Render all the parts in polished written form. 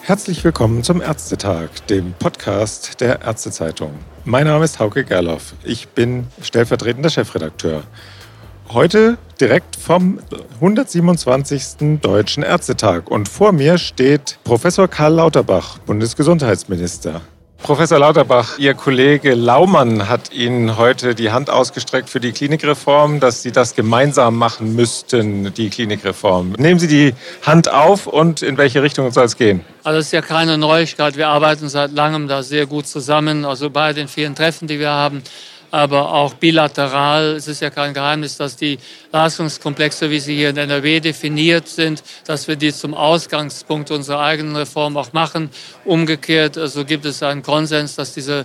Herzlich willkommen zum Ärztetag, dem Podcast der Ärztezeitung. Mein Name ist Hauke Gerloff. Ich bin stellvertretender Chefredakteur. Heute direkt vom 127. Deutschen Ärztetag. Und vor mir steht Professor Karl Lauterbach, Bundesgesundheitsminister. Professor Lauterbach, Ihr Kollege Laumann hat Ihnen heute die Hand ausgestreckt für die Klinikreform, dass Sie das gemeinsam machen müssten, die Klinikreform. Nehmen Sie die Hand auf und in welche Richtung soll es gehen? Also es ist ja keine Neuigkeit. Wir arbeiten seit langem da sehr gut zusammen, also bei den vielen Treffen, die wir haben, aber auch bilateral. Es ist ja kein Geheimnis, dass die Leistungskomplexe, wie sie hier in NRW definiert sind, dass wir die zum Ausgangspunkt unserer eigenen Reform auch machen. Umgekehrt also gibt es einen Konsens, dass diese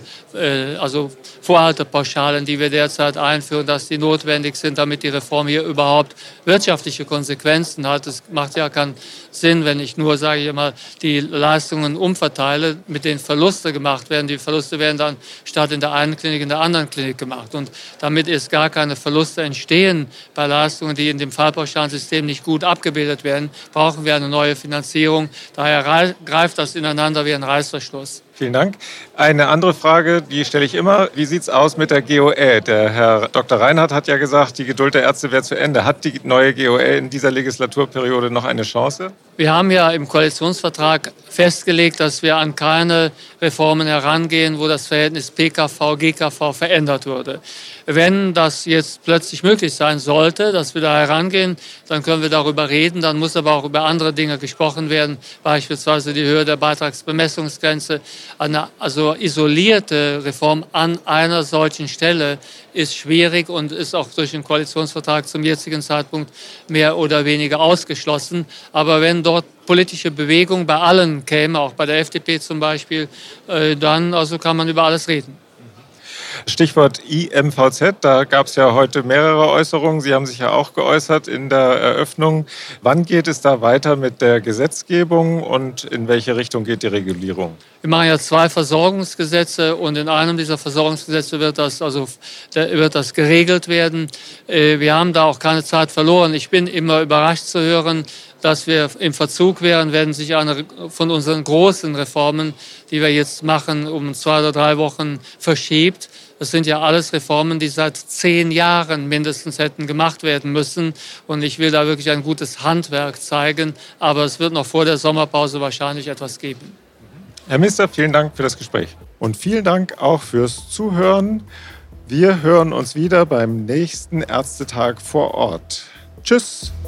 Vorhaltepauschalen, die wir derzeit einführen, dass die notwendig sind, damit die Reform hier überhaupt wirtschaftliche Konsequenzen hat. Es macht ja keinen Sinn, wenn ich nur, sage ich mal, die Leistungen umverteile, mit denen Verluste gemacht werden. Die Verluste werden dann statt in der einen Klinik in der anderen Klinik gemacht. Und damit es gar keine Verluste entstehen bei Leistungen, die in dem Fallpauschalensystem nicht gut abgebildet werden, brauchen wir eine neue Finanzierung. Daher greift das ineinander wie ein Reißverschluss. Vielen Dank. Eine andere Frage, die stelle ich immer. Wie sieht es aus mit der GOL? Der Herr Dr. Reinhardt hat ja gesagt, die Geduld der Ärzte wäre zu Ende. Hat die neue GOL in dieser Legislaturperiode noch eine Chance? Wir haben ja im Koalitionsvertrag festgelegt, dass wir an keine Reformen herangehen, wo das Verhältnis PKV-GKV verändert würde. Wenn das jetzt plötzlich möglich sein sollte, dass wir da herangehen, dann können wir darüber reden. Dann muss aber auch über andere Dinge gesprochen werden, beispielsweise die Höhe der Beitragsbemessungsgrenze. Eine isolierte Reform an einer solchen Stelle ist schwierig und ist auch durch den Koalitionsvertrag zum jetzigen Zeitpunkt mehr oder weniger ausgeschlossen. Aber wenn dort politische Bewegung bei allen käme, auch bei der FDP zum Beispiel, dann kann man über alles reden. Stichwort IMVZ, da gab es ja heute mehrere Äußerungen. Sie haben sich ja auch geäußert in der Eröffnung. Wann geht es da weiter mit der Gesetzgebung und in welche Richtung geht die Regulierung? Wir machen ja 2 Versorgungsgesetze und in einem dieser Versorgungsgesetze wird das geregelt werden. Wir haben da auch keine Zeit verloren. Ich bin immer überrascht zu hören, dass wir im Verzug wären, wenn sich eine von unseren großen Reformen, die wir jetzt machen, um 2 oder 3 Wochen verschiebt. Das sind ja alles Reformen, die seit 10 Jahren mindestens hätten gemacht werden müssen. Und ich will da wirklich ein gutes Handwerk zeigen. Aber es wird noch vor der Sommerpause wahrscheinlich etwas geben. Herr Minister, vielen Dank für das Gespräch. Und vielen Dank auch fürs Zuhören. Wir hören uns wieder beim nächsten Ärztetag vor Ort. Tschüss.